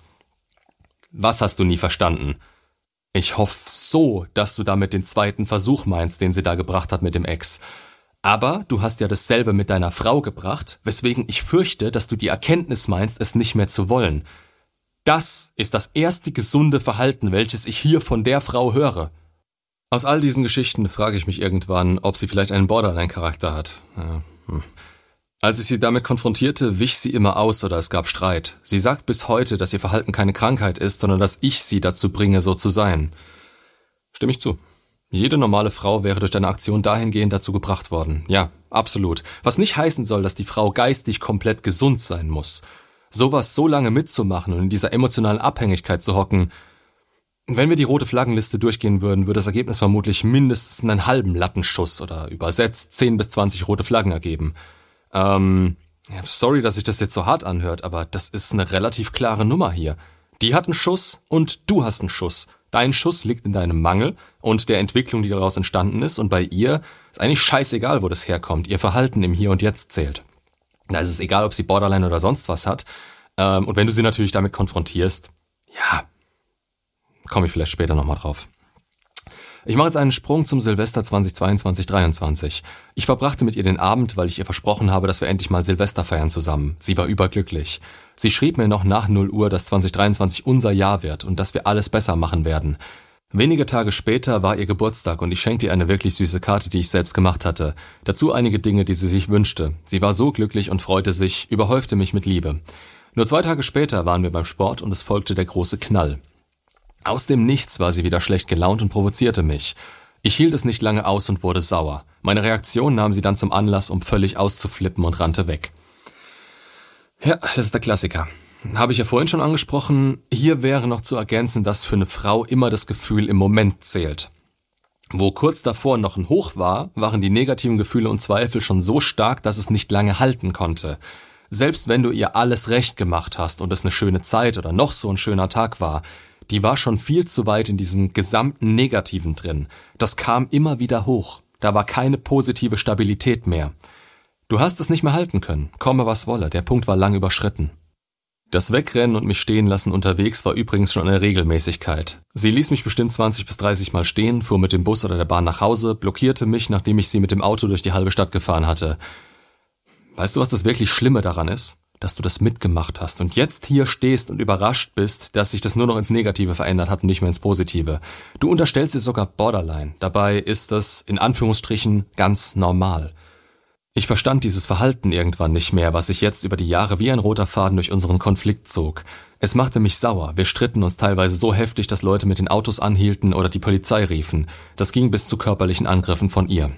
Was hast du nie verstanden? Ich hoffe so, dass du damit den zweiten Versuch meinst, den sie da gebracht hat mit dem Ex. Aber du hast ja dasselbe mit deiner Frau gebracht, weswegen ich fürchte, dass du die Erkenntnis meinst, es nicht mehr zu wollen. Das ist das erste gesunde Verhalten, welches ich hier von der Frau höre. Aus all diesen Geschichten frage ich mich irgendwann, ob sie vielleicht einen Borderline-Charakter hat. Ja, hm. Als ich sie damit konfrontierte, wich sie immer aus oder es gab Streit. Sie sagt bis heute, dass ihr Verhalten keine Krankheit ist, sondern dass ich sie dazu bringe, so zu sein. Stimme ich zu. Jede normale Frau wäre durch deine Aktion dahingehend dazu gebracht worden. Ja, absolut. Was nicht heißen soll, dass die Frau geistig komplett gesund sein muss. Sowas so lange mitzumachen und in dieser emotionalen Abhängigkeit zu hocken. Wenn wir die rote Flaggenliste durchgehen würden, würde das Ergebnis vermutlich mindestens einen halben Lattenschuss oder übersetzt zehn bis zwanzig rote Flaggen ergeben. Ähm, sorry, dass sich das jetzt so hart anhört, aber das ist eine relativ klare Nummer hier. Die hat einen Schuss und du hast einen Schuss. Dein Schuss liegt in deinem Mangel und der Entwicklung, die daraus entstanden ist, und bei ihr ist eigentlich scheißegal, wo das herkommt. Ihr Verhalten im Hier und Jetzt zählt. Da ist es egal, ob sie Borderline oder sonst was hat. Ähm, und wenn du sie natürlich damit konfrontierst, ja, komme ich vielleicht später nochmal drauf. Ich mache jetzt einen Sprung zum Silvester zweitausendzweiundzwanzig dreiundzwanzig. Ich verbrachte mit ihr den Abend, weil ich ihr versprochen habe, dass wir endlich mal Silvester feiern zusammen. Sie war überglücklich. Sie schrieb mir noch nach null Uhr, dass zwanzig dreiundzwanzig unser Jahr wird und dass wir alles besser machen werden. Wenige Tage später war ihr Geburtstag und ich schenkte ihr eine wirklich süße Karte, die ich selbst gemacht hatte. Dazu einige Dinge, die sie sich wünschte. Sie war so glücklich und freute sich, überhäufte mich mit Liebe. Nur zwei Tage später waren wir beim Sport und es folgte der große Knall. Aus dem Nichts war sie wieder schlecht gelaunt und provozierte mich. Ich hielt es nicht lange aus und wurde sauer. Meine Reaktion nahm sie dann zum Anlass, um völlig auszuflippen und rannte weg. Ja, das ist der Klassiker. Habe ich ja vorhin schon angesprochen, hier wäre noch zu ergänzen, dass für eine Frau immer das Gefühl im Moment zählt. Wo kurz davor noch ein Hoch war, waren die negativen Gefühle und Zweifel schon so stark, dass es nicht lange halten konnte. Selbst wenn du ihr alles recht gemacht hast und es eine schöne Zeit oder noch so ein schöner Tag war, die war schon viel zu weit in diesem gesamten Negativen drin. Das kam immer wieder hoch. Da war keine positive Stabilität mehr. Du hast es nicht mehr halten können, komme was wolle, der Punkt war lang überschritten. Das Wegrennen und mich stehen lassen unterwegs war übrigens schon eine Regelmäßigkeit. Sie ließ mich bestimmt zwanzig bis dreißig Mal stehen, fuhr mit dem Bus oder der Bahn nach Hause, blockierte mich, nachdem ich sie mit dem Auto durch die halbe Stadt gefahren hatte. Weißt du, was das wirklich Schlimme daran ist? Dass du das mitgemacht hast und jetzt hier stehst und überrascht bist, dass sich das nur noch ins Negative verändert hat und nicht mehr ins Positive. Du unterstellst dir sogar Borderline. Dabei ist das, in Anführungsstrichen, ganz normal. Ich verstand dieses Verhalten irgendwann nicht mehr, was sich jetzt über die Jahre wie ein roter Faden durch unseren Konflikt zog. Es machte mich sauer. Wir stritten uns teilweise so heftig, dass Leute mit den Autos anhielten oder die Polizei riefen. Das ging bis zu körperlichen Angriffen von ihr.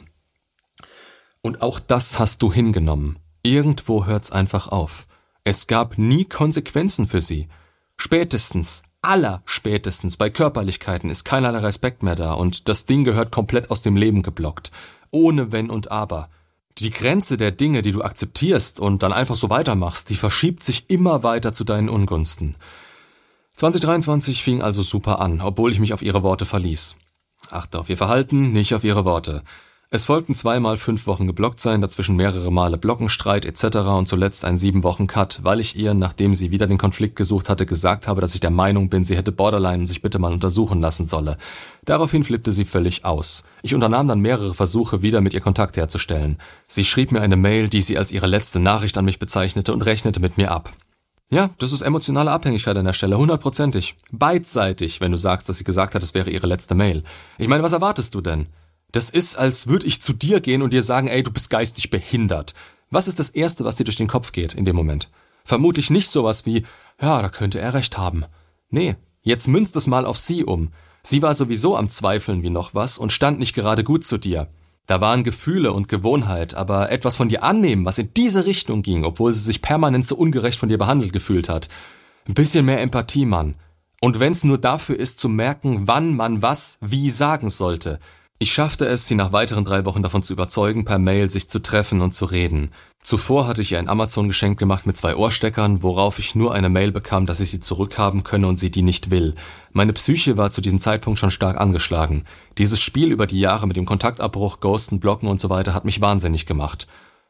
Und auch das hast du hingenommen. Irgendwo hört's einfach auf. Es gab nie Konsequenzen für sie. Spätestens, allerspätestens bei Körperlichkeiten ist keinerlei Respekt mehr da und das Ding gehört komplett aus dem Leben geblockt. Ohne Wenn und Aber. Die Grenze der Dinge, die du akzeptierst und dann einfach so weitermachst, die verschiebt sich immer weiter zu deinen Ungunsten. zwanzig dreiundzwanzig fing also super an, obwohl ich mich auf ihre Worte verließ. Achte auf ihr Verhalten, nicht auf ihre Worte. Es folgten zweimal fünf Wochen geblockt sein, dazwischen mehrere Male Blockenstreit et cetera und zuletzt ein sieben Wochen Cut, weil ich ihr, nachdem sie wieder den Konflikt gesucht hatte, gesagt habe, dass ich der Meinung bin, sie hätte Borderline und sich bitte mal untersuchen lassen solle. Daraufhin flippte sie völlig aus. Ich unternahm dann mehrere Versuche, wieder mit ihr Kontakt herzustellen. Sie schrieb mir eine Mail, die sie als ihre letzte Nachricht an mich bezeichnete und rechnete mit mir ab. Ja, das ist emotionale Abhängigkeit an der Stelle, hundertprozentig. Beidseitig, wenn du sagst, dass sie gesagt hat, es wäre ihre letzte Mail. Ich meine, was erwartest du denn? Das ist, als würde ich zu dir gehen und dir sagen, ey, du bist geistig behindert. Was ist das Erste, was dir durch den Kopf geht in dem Moment? Vermutlich nicht sowas wie, ja, da könnte er recht haben. Nee, jetzt münzt es mal auf sie um. Sie war sowieso am Zweifeln wie noch was und stand nicht gerade gut zu dir. Da waren Gefühle und Gewohnheit, aber etwas von dir annehmen, was in diese Richtung ging, obwohl sie sich permanent so ungerecht von dir behandelt gefühlt hat. Ein bisschen mehr Empathie, Mann. Und wenn's nur dafür ist, zu merken, wann man was wie sagen sollte. Ich schaffte es, sie nach weiteren drei Wochen davon zu überzeugen, per Mail sich zu treffen und zu reden. Zuvor hatte ich ihr ein Amazon-Geschenk gemacht mit zwei Ohrsteckern, worauf ich nur eine Mail bekam, dass ich sie zurückhaben könne und sie die nicht will. Meine Psyche war zu diesem Zeitpunkt schon stark angeschlagen. Dieses Spiel über die Jahre mit dem Kontaktabbruch, Ghosten, Blocken und so weiter hat mich wahnsinnig gemacht.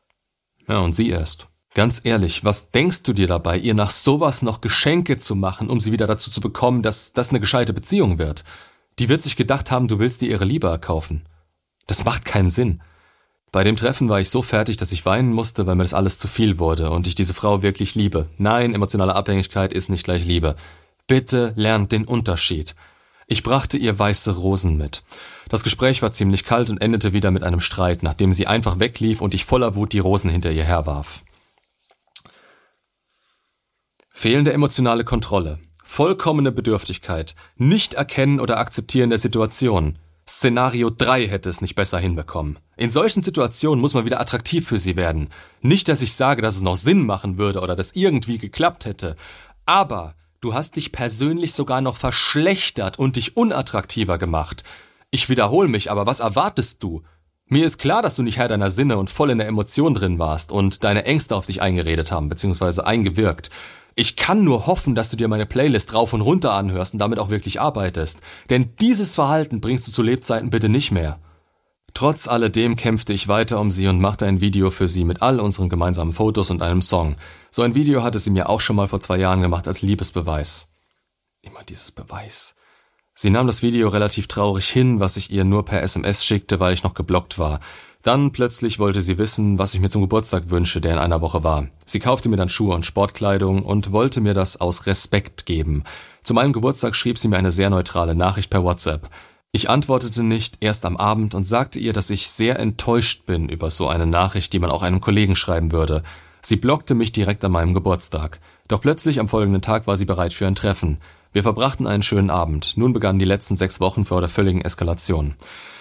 Ja, und sie erst. Ganz ehrlich, was denkst du dir dabei, ihr nach sowas noch Geschenke zu machen, um sie wieder dazu zu bekommen, dass das eine gescheite Beziehung wird? Die wird sich gedacht haben, du willst dir ihre Liebe erkaufen. Das macht keinen Sinn. Bei dem Treffen war ich so fertig, dass ich weinen musste, weil mir das alles zu viel wurde und ich diese Frau wirklich liebe. Nein, emotionale Abhängigkeit ist nicht gleich Liebe. Bitte lernt den Unterschied. Ich brachte ihr weiße Rosen mit. Das Gespräch war ziemlich kalt und endete wieder mit einem Streit, nachdem sie einfach weglief und ich voller Wut die Rosen hinter ihr herwarf. Fehlende emotionale Kontrolle. Vollkommene Bedürftigkeit, nicht erkennen oder akzeptieren der Situation. Szenario drei hätte es nicht besser hinbekommen. In solchen Situationen muss man wieder attraktiv für sie werden. Nicht, dass ich sage, dass es noch Sinn machen würde oder dass irgendwie geklappt hätte. Aber du hast dich persönlich sogar noch verschlechtert und dich unattraktiver gemacht. Ich wiederhole mich, aber was erwartest du? Mir ist klar, dass du nicht Herr deiner Sinne und voll in der Emotion drin warst und deine Ängste auf dich eingeredet haben, beziehungsweise eingewirkt. Ich kann nur hoffen, dass du dir meine Playlist rauf und runter anhörst und damit auch wirklich arbeitest. Denn dieses Verhalten bringst du zu Lebzeiten bitte nicht mehr. Trotz alledem kämpfte ich weiter um sie und machte ein Video für sie mit all unseren gemeinsamen Fotos und einem Song. So ein Video hatte sie mir auch schon mal vor zwei Jahren gemacht als Liebesbeweis. Immer dieses Beweis. Sie nahm das Video relativ traurig hin, was ich ihr nur per S M S schickte, weil ich noch geblockt war. Dann plötzlich wollte sie wissen, was ich mir zum Geburtstag wünsche, der in einer Woche war. Sie kaufte mir dann Schuhe und Sportkleidung und wollte mir das aus Respekt geben. Zu meinem Geburtstag schrieb sie mir eine sehr neutrale Nachricht per WhatsApp. Ich antwortete nicht, erst am Abend, und sagte ihr, dass ich sehr enttäuscht bin über so eine Nachricht, die man auch einem Kollegen schreiben würde. Sie blockte mich direkt an meinem Geburtstag. Doch plötzlich am folgenden Tag war sie bereit für ein Treffen. Wir verbrachten einen schönen Abend. Nun begannen die letzten sechs Wochen vor der völligen Eskalation.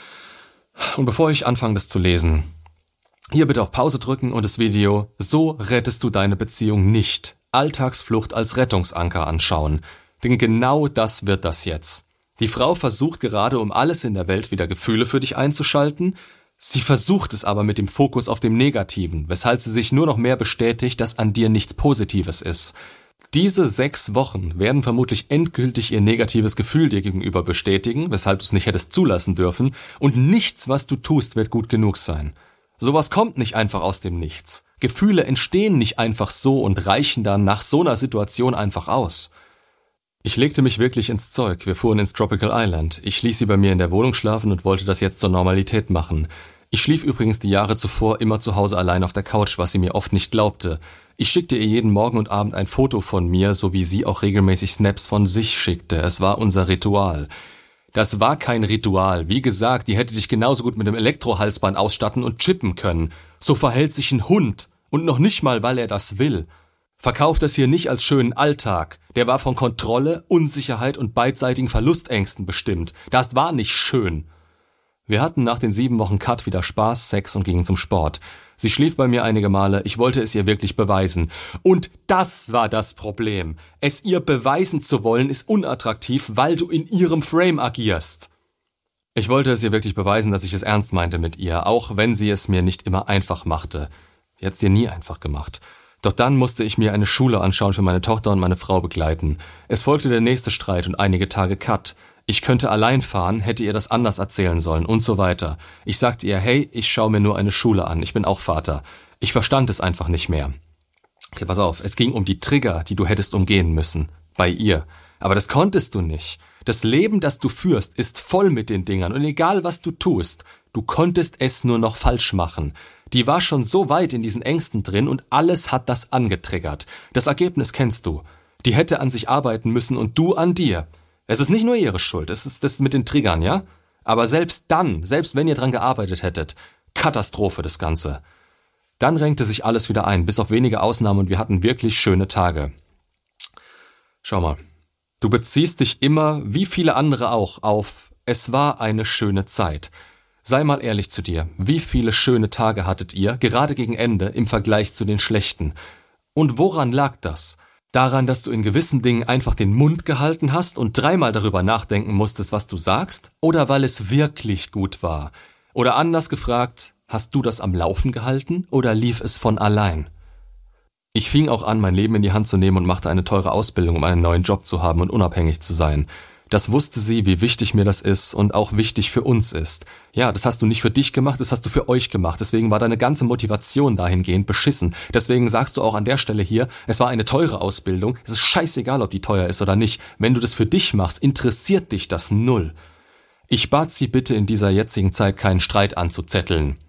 Und bevor ich anfange, das zu lesen, hier bitte auf Pause drücken und das Video "So rettest du deine Beziehung nicht. Alltagsflucht als Rettungsanker" anschauen. Denn genau das wird das jetzt. Die Frau versucht gerade, um alles in der Welt wieder Gefühle für dich einzuschalten. Sie versucht es aber mit dem Fokus auf dem Negativen, weshalb sie sich nur noch mehr bestätigt, dass an dir nichts Positives ist. Diese sechs Wochen werden vermutlich endgültig ihr negatives Gefühl dir gegenüber bestätigen, weshalb du es nicht hättest zulassen dürfen, und nichts, was du tust, wird gut genug sein. Sowas kommt nicht einfach aus dem Nichts. Gefühle entstehen nicht einfach so und reichen dann nach so einer Situation einfach aus. Ich legte mich wirklich ins Zeug. Wir fuhren ins Tropical Island. Ich ließ sie bei mir in der Wohnung schlafen und wollte das jetzt zur Normalität machen. Ich schlief übrigens die Jahre zuvor immer zu Hause allein auf der Couch, was sie mir oft nicht glaubte. Ich schickte ihr jeden Morgen und Abend ein Foto von mir, so wie sie auch regelmäßig Snaps von sich schickte. Es war unser Ritual. Das war kein Ritual. Wie gesagt, die hätte dich genauso gut mit einem Elektrohalsband ausstatten und chippen können. So verhält sich ein Hund. Und noch nicht mal, weil er das will. Verkauft das hier nicht als schönen Alltag. Der war von Kontrolle, Unsicherheit und beidseitigen Verlustängsten bestimmt. Das war nicht schön. Wir hatten nach den sieben Wochen Cut wieder Spaß, Sex und gingen zum Sport. Sie schlief bei mir einige Male, ich wollte es ihr wirklich beweisen. Und das war das Problem. Es ihr beweisen zu wollen, ist unattraktiv, weil du in ihrem Frame agierst. Ich wollte es ihr wirklich beweisen, dass ich es ernst meinte mit ihr, auch wenn sie es mir nicht immer einfach machte. Sie hat es ihr nie einfach gemacht. Doch dann musste ich mir eine Schule anschauen für meine Tochter und meine Frau begleiten. Es folgte der nächste Streit und einige Tage Cut. Ich könnte allein fahren, hätte ihr das anders erzählen sollen und so weiter. Ich sagte ihr, hey, ich schaue mir nur eine Schule an, ich bin auch Vater. Ich verstand es einfach nicht mehr. Okay, pass auf, es ging um die Trigger, die du hättest umgehen müssen. Bei ihr. Aber das konntest du nicht. Das Leben, das du führst, ist voll mit den Dingern und egal was du tust, du konntest es nur noch falsch machen. Die war schon so weit in diesen Ängsten drin und alles hat das angetriggert. Das Ergebnis kennst du. Die hätte an sich arbeiten müssen und du an dir. Es ist nicht nur ihre Schuld, es ist das mit den Triggern, ja? Aber selbst dann, selbst wenn ihr dran gearbeitet hättet, Katastrophe das Ganze. Dann renkte sich alles wieder ein, bis auf wenige Ausnahmen und wir hatten wirklich schöne Tage. Schau mal, du beziehst dich immer, wie viele andere auch, auf "es war eine schöne Zeit". Sei mal ehrlich zu dir, wie viele schöne Tage hattet ihr, gerade gegen Ende, im Vergleich zu den schlechten? Und woran lag das? Daran, dass du in gewissen Dingen einfach den Mund gehalten hast und dreimal darüber nachdenken musstest, was du sagst? Oder weil es wirklich gut war? Oder anders gefragt, hast du das am Laufen gehalten oder lief es von allein? Ich fing auch an, mein Leben in die Hand zu nehmen und machte eine teure Ausbildung, um einen neuen Job zu haben und unabhängig zu sein. Das wusste sie, wie wichtig mir das ist und auch wichtig für uns ist. Ja, das hast du nicht für dich gemacht, das hast du für euch gemacht. Deswegen war deine ganze Motivation dahingehend beschissen. Deswegen sagst du auch an der Stelle hier, es war eine teure Ausbildung. Es ist scheißegal, ob die teuer ist oder nicht. Wenn du das für dich machst, interessiert dich das null. Ich bat sie bitte in dieser jetzigen Zeit keinen Streit anzuzetteln.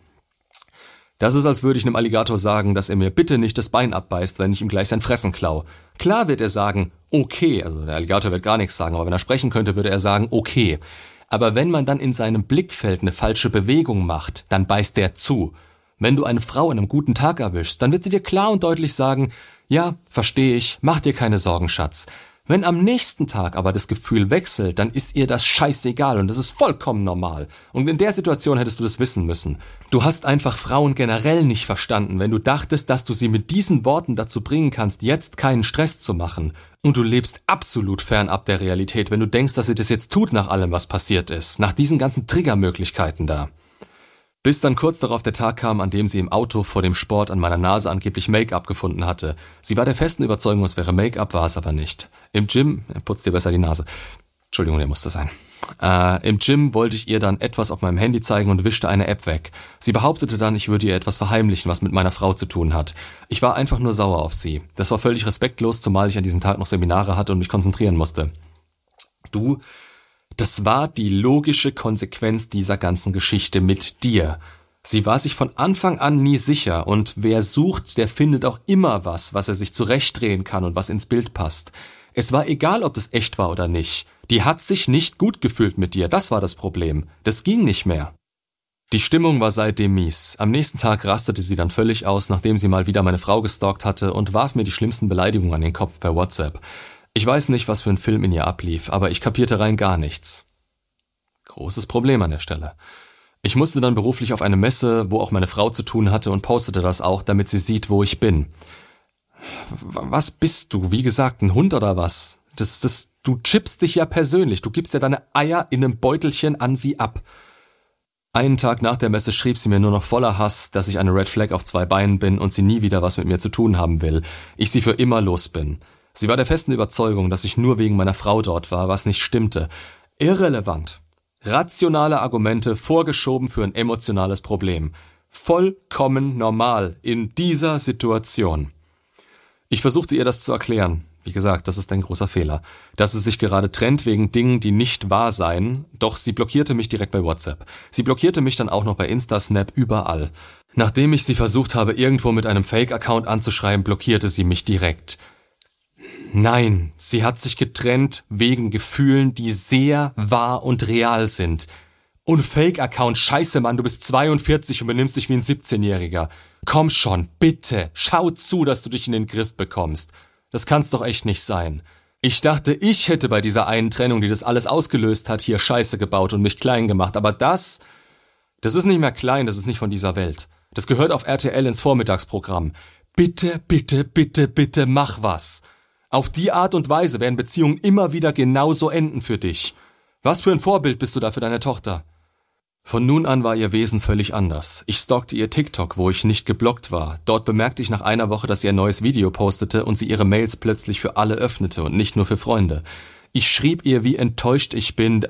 Das ist, als würde ich einem Alligator sagen, dass er mir bitte nicht das Bein abbeißt, wenn ich ihm gleich sein Fressen klau. Klar wird er sagen, okay, also der Alligator wird gar nichts sagen, aber wenn er sprechen könnte, würde er sagen, okay. Aber wenn man dann in seinem Blickfeld eine falsche Bewegung macht, dann beißt der zu. Wenn du eine Frau an einem guten Tag erwischst, dann wird sie dir klar und deutlich sagen, ja, verstehe ich, mach dir keine Sorgen, Schatz. Wenn am nächsten Tag aber das Gefühl wechselt, dann ist ihr das scheißegal und das ist vollkommen normal. Und in der Situation hättest du das wissen müssen. Du hast einfach Frauen generell nicht verstanden, wenn du dachtest, dass du sie mit diesen Worten dazu bringen kannst, jetzt keinen Stress zu machen. Und du lebst absolut fernab der Realität, wenn du denkst, dass sie das jetzt tut nach allem, was passiert ist. Nach diesen ganzen Triggermöglichkeiten da. Bis dann kurz darauf der Tag kam, an dem sie im Auto vor dem Sport an meiner Nase angeblich Make-up gefunden hatte. Sie war der festen Überzeugung, es wäre Make-up, war es aber nicht. Im Gym, putzt dir besser die Nase. Entschuldigung, der musste sein. Äh, im Gym wollte ich ihr dann etwas auf meinem Handy zeigen und wischte eine App weg. Sie behauptete dann, ich würde ihr etwas verheimlichen, was mit meiner Frau zu tun hat. Ich war einfach nur sauer auf sie. Das war völlig respektlos, zumal ich an diesem Tag noch Seminare hatte und mich konzentrieren musste. Du... Das war die logische Konsequenz dieser ganzen Geschichte mit dir. Sie war sich von Anfang an nie sicher und wer sucht, der findet auch immer was, was er sich zurechtdrehen kann und was ins Bild passt. Es war egal, ob das echt war oder nicht. Die hat sich nicht gut gefühlt mit dir, das war das Problem. Das ging nicht mehr. Die Stimmung war seitdem mies. Am nächsten Tag rastete sie dann völlig aus, nachdem sie mal wieder meine Frau gestalkt hatte und warf mir die schlimmsten Beleidigungen an den Kopf per WhatsApp. Ich weiß nicht, was für ein Film in ihr ablief, aber ich kapierte rein gar nichts. Großes Problem an der Stelle. Ich musste dann beruflich auf eine Messe, wo auch meine Frau zu tun hatte und postete das auch, damit sie sieht, wo ich bin. Was bist du? Wie gesagt, ein Hund oder was? Das, das, du chippst dich ja persönlich. Du gibst ja deine Eier in einem Beutelchen an sie ab. Einen Tag nach der Messe schrieb sie mir nur noch voller Hass, dass ich eine Red Flag auf zwei Beinen bin und sie nie wieder was mit mir zu tun haben will. Ich sie für immer los bin. Sie war der festen Überzeugung, dass ich nur wegen meiner Frau dort war, was nicht stimmte. Irrelevant. Rationale Argumente vorgeschoben für ein emotionales Problem. Vollkommen normal in dieser Situation. Ich versuchte ihr das zu erklären. Wie gesagt, das ist ein großer Fehler. Dass sie sich gerade trennt wegen Dingen, die nicht wahr seien, doch sie blockierte mich direkt bei WhatsApp. Sie blockierte mich dann auch noch bei Insta-Snap überall. Nachdem ich sie versucht habe, irgendwo mit einem Fake-Account anzuschreiben, blockierte sie mich direkt. Nein, sie hat sich getrennt wegen Gefühlen, die sehr wahr und real sind. Und Fake-Account, scheiße Mann, du bist zweiundvierzig und benimmst dich wie ein siebzehnjähriger. Komm schon, bitte, schau zu, dass du dich in den Griff bekommst. Das kann's doch echt nicht sein. Ich dachte, ich hätte bei dieser einen Trennung, die das alles ausgelöst hat, hier Scheiße gebaut und mich klein gemacht. Aber das, das ist nicht mehr klein, das ist nicht von dieser Welt. Das gehört auf R T L ins Vormittagsprogramm. Bitte, bitte, bitte, bitte, mach was. Auf die Art und Weise werden Beziehungen immer wieder genauso enden für dich. Was für ein Vorbild bist du da für deine Tochter? Von nun an war ihr Wesen völlig anders. Ich stalkte ihr TikTok, wo ich nicht geblockt war. Dort bemerkte ich nach einer Woche, dass sie ein neues Video postete und sie ihre Mails plötzlich für alle öffnete und nicht nur für Freunde. Ich schrieb ihr, wie enttäuscht ich bin.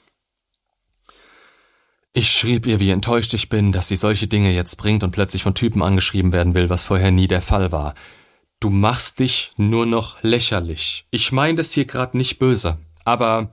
Ich schrieb ihr, wie enttäuscht ich bin, dass sie solche Dinge jetzt bringt und plötzlich von Typen angeschrieben werden will, was vorher nie der Fall war. Du machst dich nur noch lächerlich. Ich meine das hier gerade nicht böse, aber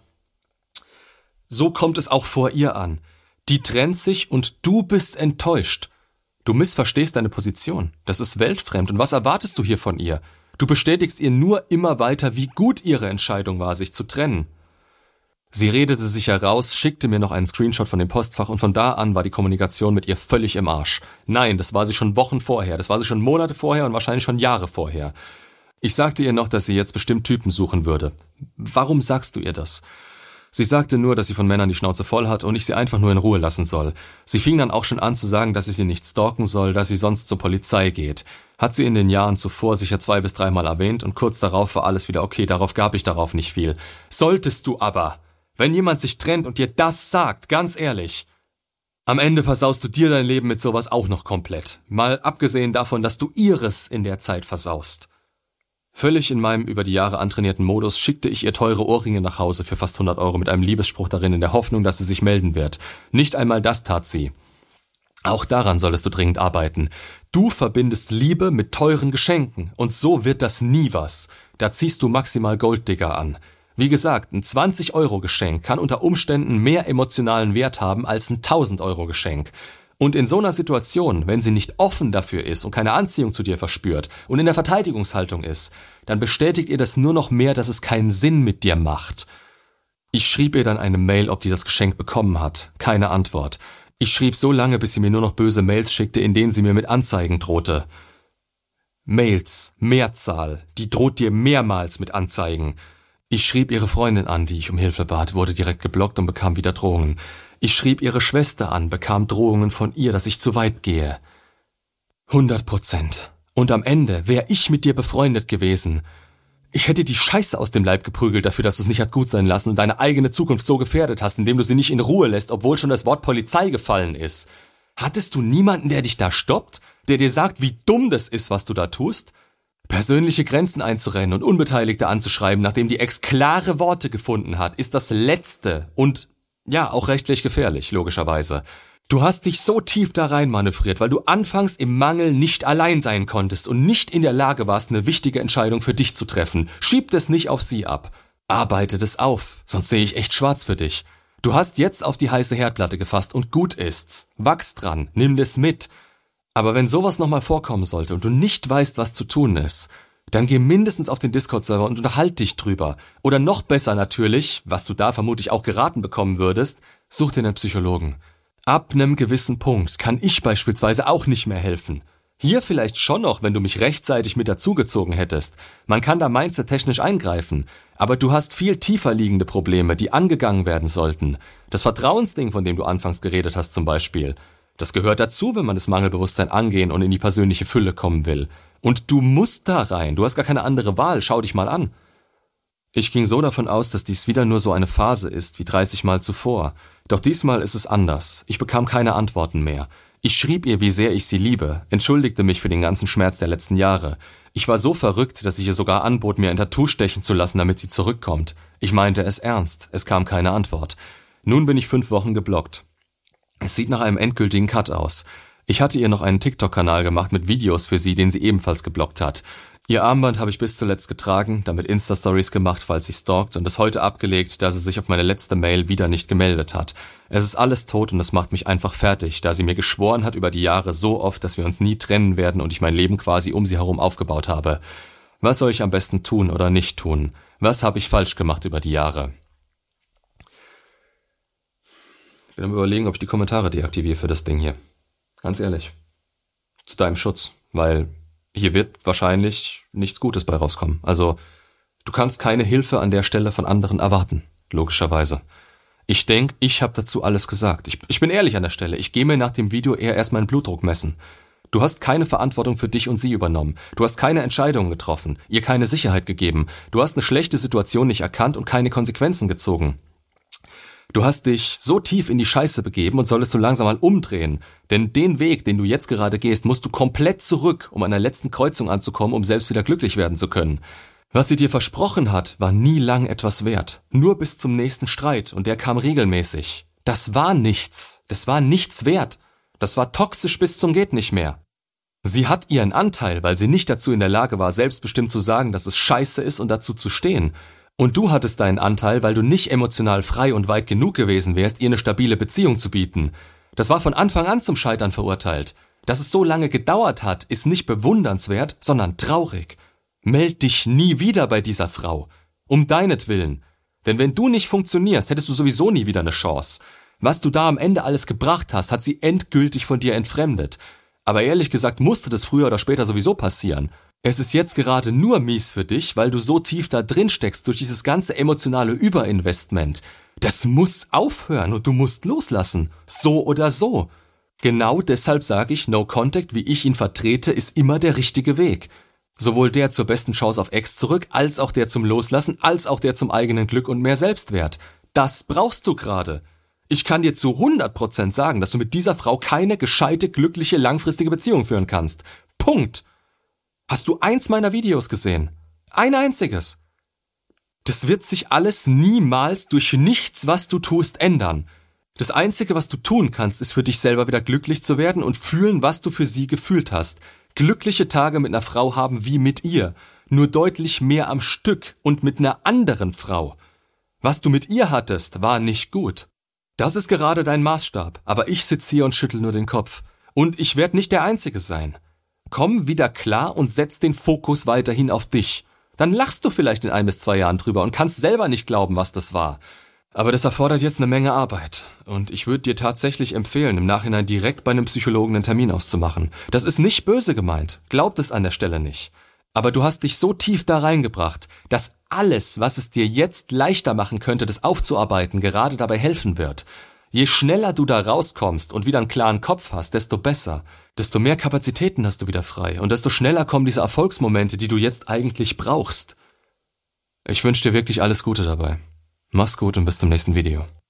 so kommt es auch vor ihr an. Die trennt sich und du bist enttäuscht. Du missverstehst deine Position. Das ist weltfremd. Und was erwartest du hier von ihr? Du bestätigst ihr nur immer weiter, wie gut ihre Entscheidung war, sich zu trennen. Sie redete sich heraus, schickte mir noch einen Screenshot von dem Postfach und von da an war die Kommunikation mit ihr völlig im Arsch. Nein, das war sie schon Wochen vorher, das war sie schon Monate vorher und wahrscheinlich schon Jahre vorher. Ich sagte ihr noch, dass sie jetzt bestimmt Typen suchen würde. Warum sagst du ihr das? Sie sagte nur, dass sie von Männern die Schnauze voll hat und ich sie einfach nur in Ruhe lassen soll. Sie fing dann auch schon an zu sagen, dass ich sie nicht stalken soll, dass sie sonst zur Polizei geht. Hat sie in den Jahren zuvor sicher zwei bis dreimal erwähnt und kurz darauf war alles wieder okay, darauf gab ich darauf nicht viel. Solltest du aber! Wenn jemand sich trennt und dir das sagt, ganz ehrlich, am Ende versaust du dir dein Leben mit sowas auch noch komplett. Mal abgesehen davon, dass du ihres in der Zeit versaust. Völlig in meinem über die Jahre antrainierten Modus schickte ich ihr teure Ohrringe nach Hause für fast hundert Euro mit einem Liebesspruch darin in der Hoffnung, dass sie sich melden wird. Nicht einmal das tat sie. Auch daran solltest du dringend arbeiten. Du verbindest Liebe mit teuren Geschenken und so wird das nie was. Da ziehst du maximal Golddigger an. Wie gesagt, ein zwanzig-Euro-Geschenk kann unter Umständen mehr emotionalen Wert haben als ein tausend-Euro-Geschenk. Und in so einer Situation, wenn sie nicht offen dafür ist und keine Anziehung zu dir verspürt und in der Verteidigungshaltung ist, dann bestätigt ihr das nur noch mehr, dass es keinen Sinn mit dir macht. Ich schrieb ihr dann eine Mail, ob die das Geschenk bekommen hat. Keine Antwort. Ich schrieb so lange, bis sie mir nur noch böse Mails schickte, in denen sie mir mit Anzeigen drohte. Mails, Mehrzahl, die droht dir mehrmals mit Anzeigen. Ich schrieb ihre Freundin an, die ich um Hilfe bat, wurde direkt geblockt und bekam wieder Drohungen. Ich schrieb ihre Schwester an, bekam Drohungen von ihr, dass ich zu weit gehe. Hundert Prozent. Und am Ende wäre ich mit dir befreundet gewesen. Ich hätte die Scheiße aus dem Leib geprügelt dafür, dass du es nicht hast gut sein lassen und deine eigene Zukunft so gefährdet hast, indem du sie nicht in Ruhe lässt, obwohl schon das Wort Polizei gefallen ist. Hattest du niemanden, der dich da stoppt? Der dir sagt, wie dumm das ist, was du da tust? Persönliche Grenzen einzurennen und Unbeteiligte anzuschreiben, nachdem die Ex klare Worte gefunden hat, ist das Letzte und, ja, auch rechtlich gefährlich, logischerweise. Du hast dich so tief da rein manövriert, weil du anfangs im Mangel nicht allein sein konntest und nicht in der Lage warst, eine wichtige Entscheidung für dich zu treffen. Schieb das nicht auf sie ab. Arbeitet es auf, sonst sehe ich echt schwarz für dich. Du hast jetzt auf die heiße Herdplatte gefasst und gut ist's. Wachs dran, nimm das mit. Aber wenn sowas nochmal vorkommen sollte und du nicht weißt, was zu tun ist, dann geh mindestens auf den Discord-Server und unterhalt dich drüber. Oder noch besser natürlich, was du da vermutlich auch geraten bekommen würdest, such dir einen Psychologen. Ab einem gewissen Punkt kann ich beispielsweise auch nicht mehr helfen. Hier vielleicht schon noch, wenn du mich rechtzeitig mit dazugezogen hättest. Man kann da mindset-technisch eingreifen. Aber du hast viel tiefer liegende Probleme, die angegangen werden sollten. Das Vertrauensding, von dem du anfangs geredet hast zum Beispiel. Das gehört dazu, wenn man das Mangelbewusstsein angehen und in die persönliche Fülle kommen will. Und du musst da rein. Du hast gar keine andere Wahl. Schau dich mal an. Ich ging so davon aus, dass dies wieder nur so eine Phase ist, wie dreißig Mal zuvor. Doch diesmal ist es anders. Ich bekam keine Antworten mehr. Ich schrieb ihr, wie sehr ich sie liebe, entschuldigte mich für den ganzen Schmerz der letzten Jahre. Ich war so verrückt, dass ich ihr sogar anbot, mir ein Tattoo stechen zu lassen, damit sie zurückkommt. Ich meinte es ernst. Es kam keine Antwort. Nun bin ich fünf Wochen geblockt. Es sieht nach einem endgültigen Cut aus. Ich hatte ihr noch einen TikTok-Kanal gemacht mit Videos für sie, den sie ebenfalls geblockt hat. Ihr Armband habe ich bis zuletzt getragen, damit Insta-Stories gemacht, falls sie stalkt, und es heute abgelegt, da sie sich auf meine letzte Mail wieder nicht gemeldet hat. Es ist alles tot und es macht mich einfach fertig, da sie mir geschworen hat über die Jahre so oft, dass wir uns nie trennen werden und ich mein Leben quasi um sie herum aufgebaut habe. Was soll ich am besten tun oder nicht tun? Was habe ich falsch gemacht über die Jahre? Ich bin am Überlegen, ob ich die Kommentare deaktiviere für das Ding hier. Ganz ehrlich. Zu deinem Schutz, weil hier wird wahrscheinlich nichts Gutes bei rauskommen. Also, du kannst keine Hilfe an der Stelle von anderen erwarten, logischerweise. Ich denke, ich habe dazu alles gesagt. Ich, ich bin ehrlich an der Stelle. Ich gehe mir nach dem Video eher erst meinen Blutdruck messen. Du hast keine Verantwortung für dich und sie übernommen. Du hast keine Entscheidungen getroffen, ihr keine Sicherheit gegeben. Du hast eine schlechte Situation nicht erkannt und keine Konsequenzen gezogen. Du hast dich so tief in die Scheiße begeben und solltest so langsam mal umdrehen. Denn den Weg, den du jetzt gerade gehst, musst du komplett zurück, um an der letzten Kreuzung anzukommen, um selbst wieder glücklich werden zu können. Was sie dir versprochen hat, war nie lang etwas wert. Nur bis zum nächsten Streit, und der kam regelmäßig. Das war nichts. Das war nichts wert. Das war toxisch bis zum geht nicht mehr. Sie hat ihren Anteil, weil sie nicht dazu in der Lage war, selbstbestimmt zu sagen, dass es scheiße ist und dazu zu stehen. Und du hattest deinen Anteil, weil du nicht emotional frei und weit genug gewesen wärst, ihr eine stabile Beziehung zu bieten. Das war von Anfang an zum Scheitern verurteilt. Dass es so lange gedauert hat, ist nicht bewundernswert, sondern traurig. Meld dich nie wieder bei dieser Frau. Um deinetwillen. Denn wenn du nicht funktionierst, hättest du sowieso nie wieder eine Chance. Was du da am Ende alles gebracht hast, hat sie endgültig von dir entfremdet. Aber ehrlich gesagt musste das früher oder später sowieso passieren. Es ist jetzt gerade nur mies für dich, weil du so tief da drin steckst durch dieses ganze emotionale Überinvestment. Das muss aufhören und du musst loslassen. So oder so. Genau deshalb sage ich, No Contact, wie ich ihn vertrete, ist immer der richtige Weg. Sowohl der zur besten Chance auf Ex zurück, als auch der zum Loslassen, als auch der zum eigenen Glück und mehr Selbstwert. Das brauchst du gerade. Ich kann dir zu hundert Prozent sagen, dass du mit dieser Frau keine gescheite, glückliche, langfristige Beziehung führen kannst. Punkt. Hast du eins meiner Videos gesehen? Ein einziges. Das wird sich alles niemals durch nichts, was du tust, ändern. Das Einzige, was du tun kannst, ist für dich selber wieder glücklich zu werden und fühlen, was du für sie gefühlt hast. Glückliche Tage mit einer Frau haben wie mit ihr, nur deutlich mehr am Stück und mit einer anderen Frau. Was du mit ihr hattest, war nicht gut. Das ist gerade dein Maßstab, aber ich sitze hier und schüttel nur den Kopf. Und ich werde nicht der Einzige sein. Komm wieder klar und setz den Fokus weiterhin auf dich. Dann lachst du vielleicht in ein bis zwei Jahren drüber und kannst selber nicht glauben, was das war. Aber das erfordert jetzt eine Menge Arbeit. Und ich würde dir tatsächlich empfehlen, im Nachhinein direkt bei einem Psychologen einen Termin auszumachen. Das ist nicht böse gemeint. Glaubt es an der Stelle nicht. Aber du hast dich so tief da reingebracht, dass alles, was es dir jetzt leichter machen könnte, das aufzuarbeiten, gerade dabei helfen wird. Je schneller du da rauskommst und wieder einen klaren Kopf hast, desto besser. Desto mehr Kapazitäten hast du wieder frei und desto schneller kommen diese Erfolgsmomente, die du jetzt eigentlich brauchst. Ich wünsche dir wirklich alles Gute dabei. Mach's gut und bis zum nächsten Video.